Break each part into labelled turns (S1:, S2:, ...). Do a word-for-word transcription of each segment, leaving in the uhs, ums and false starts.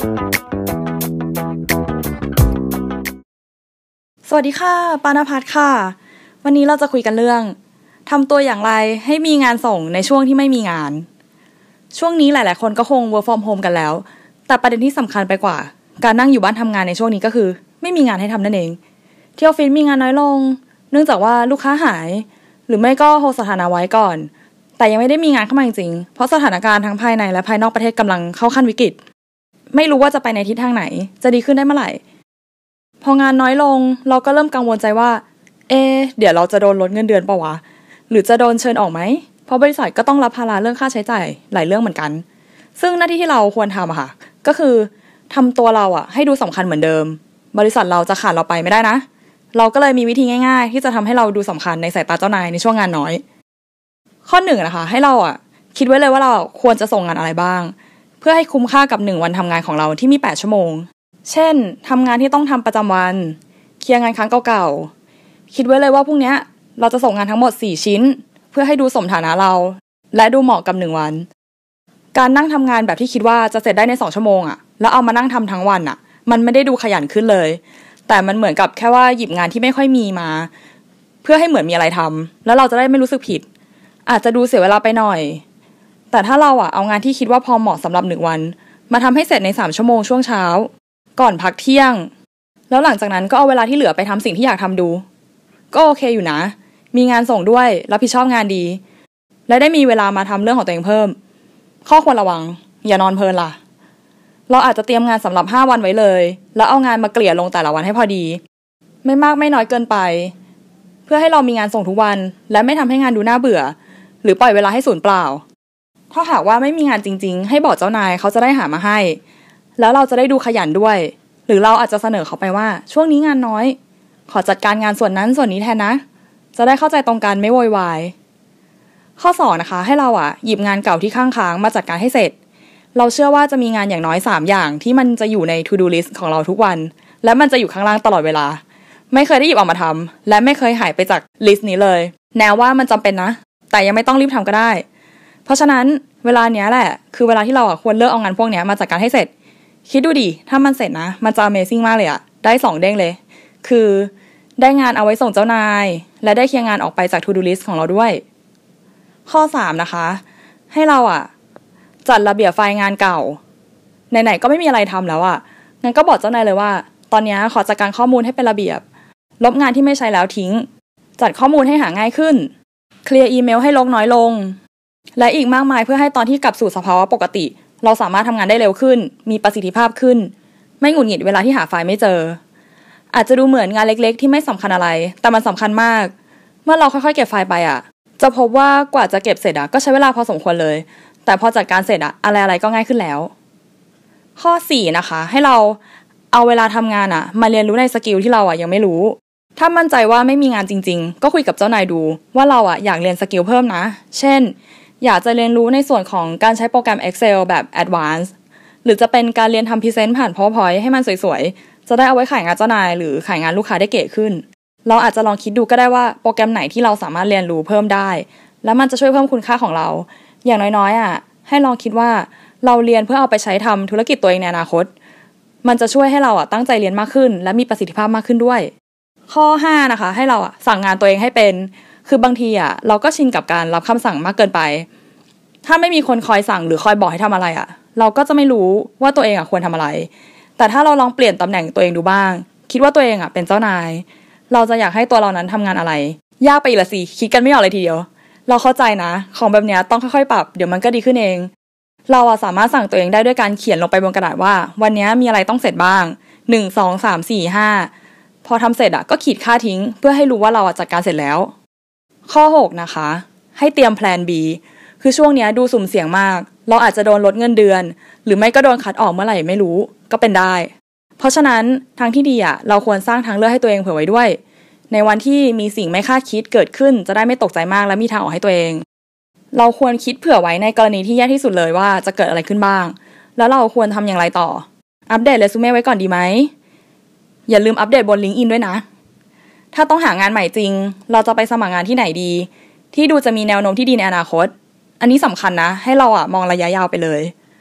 S1: สวัสดีค่ะปานภัทรค่ะวันนี้เราจะคุยกันเรื่องทำตัวอย่างไรให้มีงานส่งในช่วงที่ไม่มีงานช่วงนี้หลายๆคนก็คง work from home กันแล้วแต่ประเด็นที่สำคัญไปกว่าการนั่งอยู่บ้านทำงานในช่วงนี้ก็คือไม่มีงานให้ทำนั่นเองที่ออฟฟิศมีงานน้อยลงเนื่องจากว่าลูกค้าหายหรือไม่ก็โฮสถานะไว้ก่อนแต่ยังไม่ได้มีงานเข้ามาจริงๆเพราะสถานการณ์ทั้งภายในและภายนอกประเทศกำลังเข้าขั้นวิกฤตไม่รู้ว่าจะไปในทิศทางไหนจะดีขึ้นได้เมื่อไหร่พองานน้อยลงเราก็เริ่มกังวลใจว่าเอ๊ะเดี๋ยวเราจะโดนลดเงินเดือนป่าววะหรือจะโดนเชิญออกไหมเพราะบริษัทก็ต้องรับภาระเรื่องค่าใช้จ่ายหลายเรื่องเหมือนกันซึ่งหน้าที่ที่เราควรทำอะค่ะก็คือทำตัวเราอะให้ดูสำคัญเหมือนเดิมบริษัทเราจะขาดเราไปไม่ได้นะเราก็เลยมีวิธีง่ายๆที่จะทำให้เราดูสำคัญในสายตาเจ้านายในช่วงงานน้อยข้อหนึ่งนะคะให้เราอะคิดไว้เลยว่าเราควรจะส่งงานอะไรบ้างเพื่อให้คุ้มค่ากับหนึ่งวันทำงานของเราที่มีแปดชั่วโมงเช่นทำงานที่ต้องทำประจำวันเคลียร์งานครั้งเก่าๆคิดไว้เลยว่าพรุ่งนี้เราจะส่งงานทั้งหมดสี่ชิ้นเพื่อให้ดูสมฐานะเราและดูเหมาะกับหนึ่งวันการนั่งทำงานแบบที่คิดว่าจะเสร็จได้ในสองชั่วโมงอะแล้วเอามานั่งทำทั้งวันอะมันไม่ได้ดูขยันขึ้นเลยแต่มันเหมือนกับแค่ว่าหยิบงานที่ไม่ค่อยมีมาเพื่อให้เหมือนมีอะไรทำแล้วเราจะได้ไม่รู้สึกผิดอาจจะดูเสียเวลาไปหน่อยแต่ถ้าเราอะเอางานที่คิดว่าพอเหมาะสำหรับหนึ่งวันมาทำให้เสร็จในสามชั่วโมงช่วงเช้าก่อนพักเที่ยงแล้วหลังจากนั้นก็เอาเวลาที่เหลือไปทำสิ่งที่อยากทำดูก็โอเคอยู่นะมีงานส่งด้วยรับผิดชอบงานดีและได้มีเวลามาทำเรื่องของตัวเองเพิ่มข้อควรระวังอย่านอนเพลินล่ะเราอาจจะเตรียมงานสำหรับห้าวันไว้เลยแล้วเอางานมาเกลี่ยลงแต่ละวันให้พอดีไม่มากไม่น้อยเกินไปเพื่อให้เรามีงานส่งทุกวันและไม่ทำให้งานดูน่าเบื่อหรือปล่อยเวลาให้สูญเปล่าถ้าหากว่าไม่มีงานจริงๆให้บอกเจ้านายเขาจะได้หามาให้แล้วเราจะได้ดูขยันด้วยหรือเราอาจจะเสนอเขาไปว่าช่วงนี้งานน้อยขอจัดการงานส่วนนั้นส่วนนี้แทนนะจะได้เข้าใจตรงกันไม่โวยวายข้อสองนะคะให้เราอ่ะหยิบงานเก่าที่ข้างค้างมาจัดการให้เสร็จเราเชื่อว่าจะมีงานอย่างน้อยสามอย่างที่มันจะอยู่ใน to do list ของเราทุกวันและมันจะอยู่ข้างล่างตลอดเวลาไม่เคยได้หยิบออกมาทำและไม่เคยหายไปจากลิสต์นี้เลยแนวว่ามันจำเป็นนะแต่ยังไม่ต้องรีบทำก็ได้เพราะฉะนั้นเวลาเนี้ยแหละคือเวลาที่เราอ่ะควรเลิกเอางานพวกเนี้ยมาจัดการให้เสร็จคิดดูดิถ้ามันเสร็จนะมันจะ Amazing มากเลยอะได้สองเด้งเลยคือได้งานเอาไว้ส่งเจ้านายและได้เคลียร์งานออกไปจาก to do list ของเราด้วยข้อสามนะคะให้เราอะจัดระเบียบไฟล์งานเก่าไหนๆก็ไม่มีอะไรทำแล้วอะงั้นก็บอกเจ้านายเลยว่าตอนนี้ขอจัดการข้อมูลให้เป็นระเบียบลบงานที่ไม่ใช้แล้วทิ้งจัดข้อมูลให้หาง่ายขึ้นเคลียร์อีเมลให้ลกน้อยลงและอีกมากมายเพื่อให้ตอนที่กลับสู่สภาวะปกติเราสามารถทำงานได้เร็วขึ้นมีประสิทธิภาพขึ้นไม่หงุดหงิดเวลาที่หาไฟล์ไม่เจออาจจะดูเหมือนงานเล็กๆที่ไม่สำคัญอะไรแต่มันสำคัญมากเมื่อเราค่อยๆเก็บไฟล์ไปอ่ะจะพบว่ากว่าจะเก็บเสร็จอ่ะก็ใช้เวลาพอสมควรเลยแต่พอจัดการเสร็จอ่ะอะไรๆก็ง่ายขึ้นแล้วข้อสี่นะคะให้เราเอาเวลาทำงานอ่ะมาเรียนรู้ในสกิลที่เราอ่ะยังไม่รู้ถ้ามั่นใจว่าไม่มีงานจริงๆก็คุยกับเจ้านายดูว่าเราอ่ะอยากเรียนสกิลเพิ่มนะเช่นอยากจะเรียนรู้ในส่วนของการใช้โปรแกรม Excel แบบ Advanced หรือจะเป็นการเรียนทำ Present ผ่าน PowerPoint ให้มันสวยๆจะได้เอาไว้ขายงานเจ้านายหรือขายงานลูกค้าได้เก๋ขึ้นเราอาจจะลองคิดดูก็ได้ว่าโปรแกรมไหนที่เราสามารถเรียนรู้เพิ่มได้แล้วมันจะช่วยเพิ่มคุณค่าของเราอย่างน้อยๆอ่ะให้ลองคิดว่าเราเรียนเพื่อเอาไปใช้ทำธุรกิจตัวเองในอนาคตมันจะช่วยให้เราอ่ะตั้งใจเรียนมากขึ้นและมีประสิทธิภาพมากขึ้นด้วยข้อห้านะคะให้เราอ่ะสั่งงานตัวเองให้เป็นคือบางทีอ่ะเราก็ชินกับการรับคำสั่งมากเกินไปถ้าไม่มีคนคอยสั่งหรือคอยบอกให้ทำอะไรอ่ะเราก็จะไม่รู้ว่าตัวเองอ่ะควรทำอะไรแต่ถ้าเราลองเปลี่ยนตำแหน่งตัวเองดูบ้างคิดว่าตัวเองอ่ะเป็นเจ้านายเราจะอยากให้ตัวเรานั้นทำงานอะไรยากไปอีกละสิคิดกันไม่ออกเลยทีเดียวเราเข้าใจนะของแบบนี้ต้องค่อยๆปรับเดี๋ยวมันก็ดีขึ้นเองเราอ่ะสามารถสั่งตัวเองได้ด้วยการเขียนลงไปบนกระดาษว่าวันนี้มีอะไรต้องเสร็จบ้างหนึ่ง สอง สาม สี่ ห้าพอทำเสร็จอ่ะก็ขีดค่าทิ้งเพื่อให้รู้ว่าเราจัดการเสร็จแล้วข้อหกนะคะให้เตรียมแพลน Bคือช่วงนี้ดูสุ่มเสี่ยงมากเราอาจจะโดนลดเงินเดือนหรือไม่ก็โดนคัดออกเมื่อไหร่ไม่รู้ก็เป็นได้เพราะฉะนั้นทางที่ดีอ่ะเราควรสร้างทางเลือกให้ตัวเองเผื่อไว้ด้วยในวันที่มีสิ่งไม่คาดคิดเกิดขึ้นจะได้ไม่ตกใจมากและมีทางออกให้ตัวเองเราควรคิดเผื่อไว้ในกรณีที่แย่ที่สุดเลยว่าจะเกิดอะไรขึ้นบ้างแล้วเราควรทำอย่างไรต่ออัปเดตเรซูเม่ไว้ก่อนดีไหมอย่าลืมอัปเดตบน LinkedIn ด้วยนะถ้าต้องหางานใหม่จริงเราจะไปสมัครงานที่ไหนดีที่ดูจะมีแนวโน้มที่ดีในอนาคตอันนี้สำคัญนะให้เราอ่ะมองระยะยาวไปเลย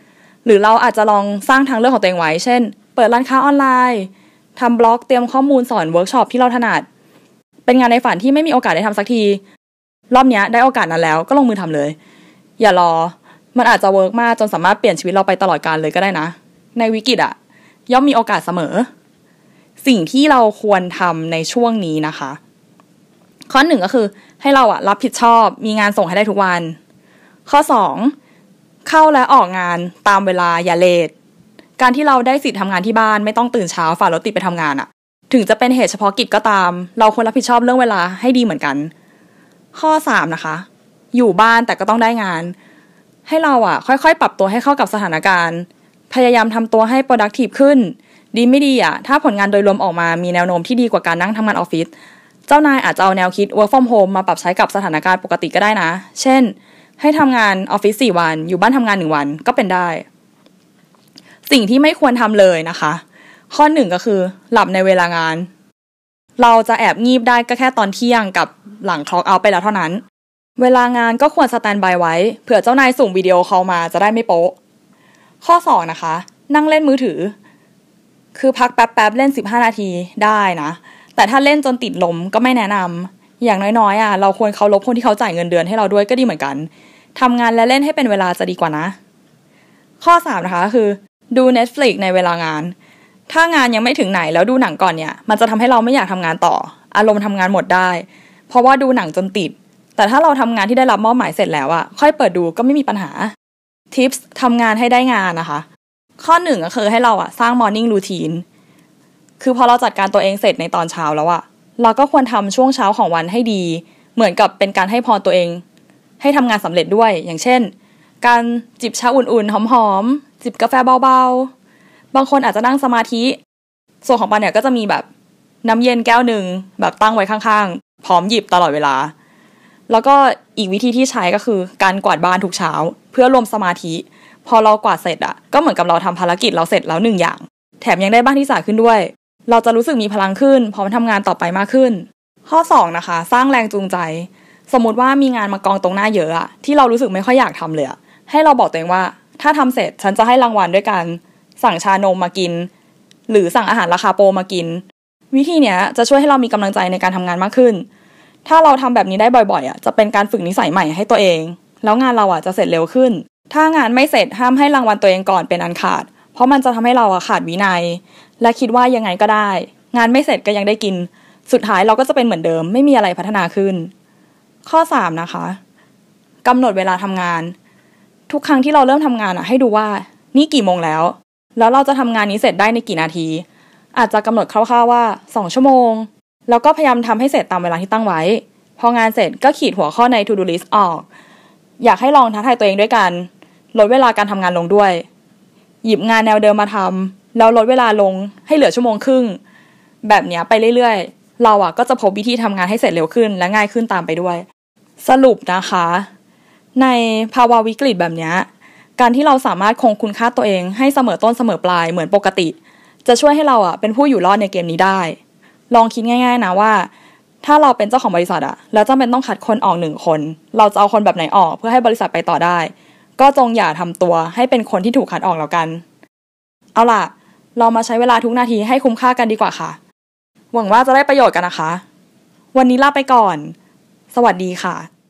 S1: หรือเราอาจจะลองสร้างทางเลือกของตัวเองไว้เช่นเปิดร้านค้าออนไลน์ทำบล็อกเตรียมข้อมูลสอนเวิร์กช็อปที่เราถนัดเป็นงานในฝันที่ไม่มีโอกาสได้ทำสักทีรอบนี้ได้โอกาสนั้นแล้วก็ลงมือทำเลยอย่ารอมันอาจจะเวิร์กมากจนสามารถเปลี่ยนชีวิตเราไปตลอดกาลเลยก็ได้นะในวิกฤตอ่ะย่อมมีโอกาสเสมอสิ่งที่เราควรทำในช่วงนี้นะคะข้อหนึ่งก็คือให้เราอ่ะรับผิดชอบมีงานส่งให้ได้ทุกวันข้อสองเข้าและออกงานตามเวลาอย่าเลทการที่เราได้สิทธิ์ทำงานที่บ้านไม่ต้องตื่นเช้าฝ่ารถติดไปทำงานอ่ะถึงจะเป็นเหตุเฉพาะกิจก็ตามเราควรรับผิดชอบเรื่องเวลาให้ดีเหมือนกันข้อสามนะคะอยู่บ้านแต่ก็ต้องได้งานให้เราอ่ะค่อยๆปรับตัวให้เข้ากับสถานการณ์พยายามทำตัวให้ productive ขึ้นดีไม่ดีอ่ะถ้าผลงานโดยรวมออกมามีแนวโน้มที่ดีกว่าการนั่งทำงานออฟฟิศเจ้านายอาจจะเอาแนวคิด work from home มาปรับใช้กับสถานการณ์ปกติก็ได้นะเช่นให้ทำงานออฟฟิศสี่วันอยู่บ้านทำงานหนึ่งวันก็เป็นได้สิ่งที่ไม่ควรทำเลยนะคะข้อหนึ่งก็คือหลับในเวลางานเราจะแอบงีบได้ก็แค่ตอนเที่ยงกับหลังคล็อกเอาท์ไปแล้วเท่านั้นเวลางานก็ควรสแตนด์บายไว้เผื่อเจ้านายส่งวิดีโอคอลมาจะได้ไม่โป๊ะข้อสองนะคะนั่งเล่นมือถือคือพักแป๊บๆเล่นสิบห้านาทีได้นะแต่ถ้าเล่นจนติดลมก็ไม่แนะนำอย่างน้อยๆอ่ะเราควรเคารพคนที่เขาจ่ายเงินเดือนให้เราด้วยก็ดีเหมือนกันทำงานและเล่นให้เป็นเวลาจะดีกว่านะข้อสามนะคะคือดู Netflix ในเวลางานถ้างานยังไม่ถึงไหนแล้วดูหนังก่อนเนี่ยมันจะทำให้เราไม่อยากทำงานต่ออารมณ์ทำงานหมดได้เพราะว่าดูหนังจนติดแต่ถ้าเราทำงานที่ได้รับมอบหมายเสร็จแล้วอะค่อยเปิดดูก็ไม่มีปัญหา Tips ทำงานให้ได้งานนะคะข้อหนึ่งก็คือให้เราอะสร้าง morning routine คือพอเราจัดการตัวเองเสร็จในตอนเช้าแล้วอะเราก็ควรทำช่วงเช้าของวันให้ดีเหมือนกับเป็นการให้พรตัวเองให้ทำงานสำเร็จด้วยอย่างเช่นการจิบชาอุ่นๆหอมๆจิบกาแฟเบาๆบางคนอาจจะนั่งสมาธิส่วนของปันเนี่ยก็จะมีแบบน้ำเย็นแก้วหนึ่งแบบตั้งไว้ข้างๆพร้อมหยิบตลอดเวลาแล้วก็อีกวิธีที่ใช้ก็คือการกวาดบ้านทุกเช้าเพื่อรวมสมาธิพอเรากวาดเสร็จอ่ะก็เหมือนกับเราทำภารกิจเราเสร็จแล้วหนึ่งอย่างแถมยังได้บ้านที่สะอาดขึ้นด้วยเราจะรู้สึกมีพลังขึ้นพร้อมทำงานต่อไปมากขึ้นข้อสองนะคะสร้างแรงจูงใจสมมติว่ามีงานมากองตรงหน้าเยอะอะที่เรารู้สึกไม่ค่อยอยากทำเลยให้เราบอกตัวเองว่าถ้าทำเสร็จฉันจะให้รางวัลด้วยการสั่งชานมมากินหรือสั่งอาหารราคาโปรมากินวิธีเนี้ยจะช่วยให้เรามีกำลังใจในการทำงานมากขึ้นถ้าเราทำแบบนี้ได้บ่อยๆอ่ะจะเป็นการฝึกนิสัยใหม่ให้ตัวเองแล้วงานเราอ่ะจะเสร็จเร็วขึ้นถ้างานไม่เสร็จห้ามให้รางวัลตัวเองก่อนเป็นอันขาดเพราะมันจะทำให้เราอ่ะขาดวินัยและคิดว่ายังไงก็ได้งานไม่เสร็จก็ยังได้กินสุดท้ายเราก็จะเป็นเหมือนเดิมไม่มีอะไรพัฒนาขึ้นข้อสามนะคะกำหนดเวลาทำงานทุกครั้งที่เราเริ่มทำงานอ่ะให้ดูว่านี่กี่โมงแล้วแล้วเราจะทำงานนี้เสร็จได้ในกี่นาทีอาจจะกำหนดคร่าวๆว่าสองชั่วโมงแล้วก็พยายามทำให้เสร็จตามเวลาที่ตั้งไว้พองานเสร็จก็ขีดหัวข้อใน to do list ออกอยากให้ลองท้าทายตัวเองด้วยกันลดเวลาการทำงานลงด้วยหยิบงานแนวเดิมมาทำแล้วลดเวลาลงให้เหลือชั่วโมงครึ่งแบบนี้ไปเรื่อยๆเราอ่ะก็จะพบวิธีทำงานให้เสร็จเร็วขึ้นและง่ายขึ้นตามไปด้วยสรุปนะคะในภาวะวิกฤตแบบนี้การที่เราสามารถคงคุณค่าตัวเองให้เสมอต้นเสมอปลายเหมือนปกติจะช่วยให้เราอ่ะเป็นผู้อยู่รอดในเกมนี้ได้ลองคิดง่ายๆนะว่าถ้าเราเป็นเจ้าของบริษัทอะแล้วจำเป็นต้องคัดคนออกหนึ่งคนเราจะเอาคนแบบไหนออกเพื่อให้บริษัทไปต่อได้ก็จงอย่าทำตัวให้เป็นคนที่ถูกคัดออกแล้วกันเอาล่ะเรามาใช้เวลาทุกนาทีให้คุ้มค่ากันดีกว่าค่ะหวังว่าจะได้ประโยชน์กันนะคะวันนี้ลาไปก่อนสวัสดีค่ะ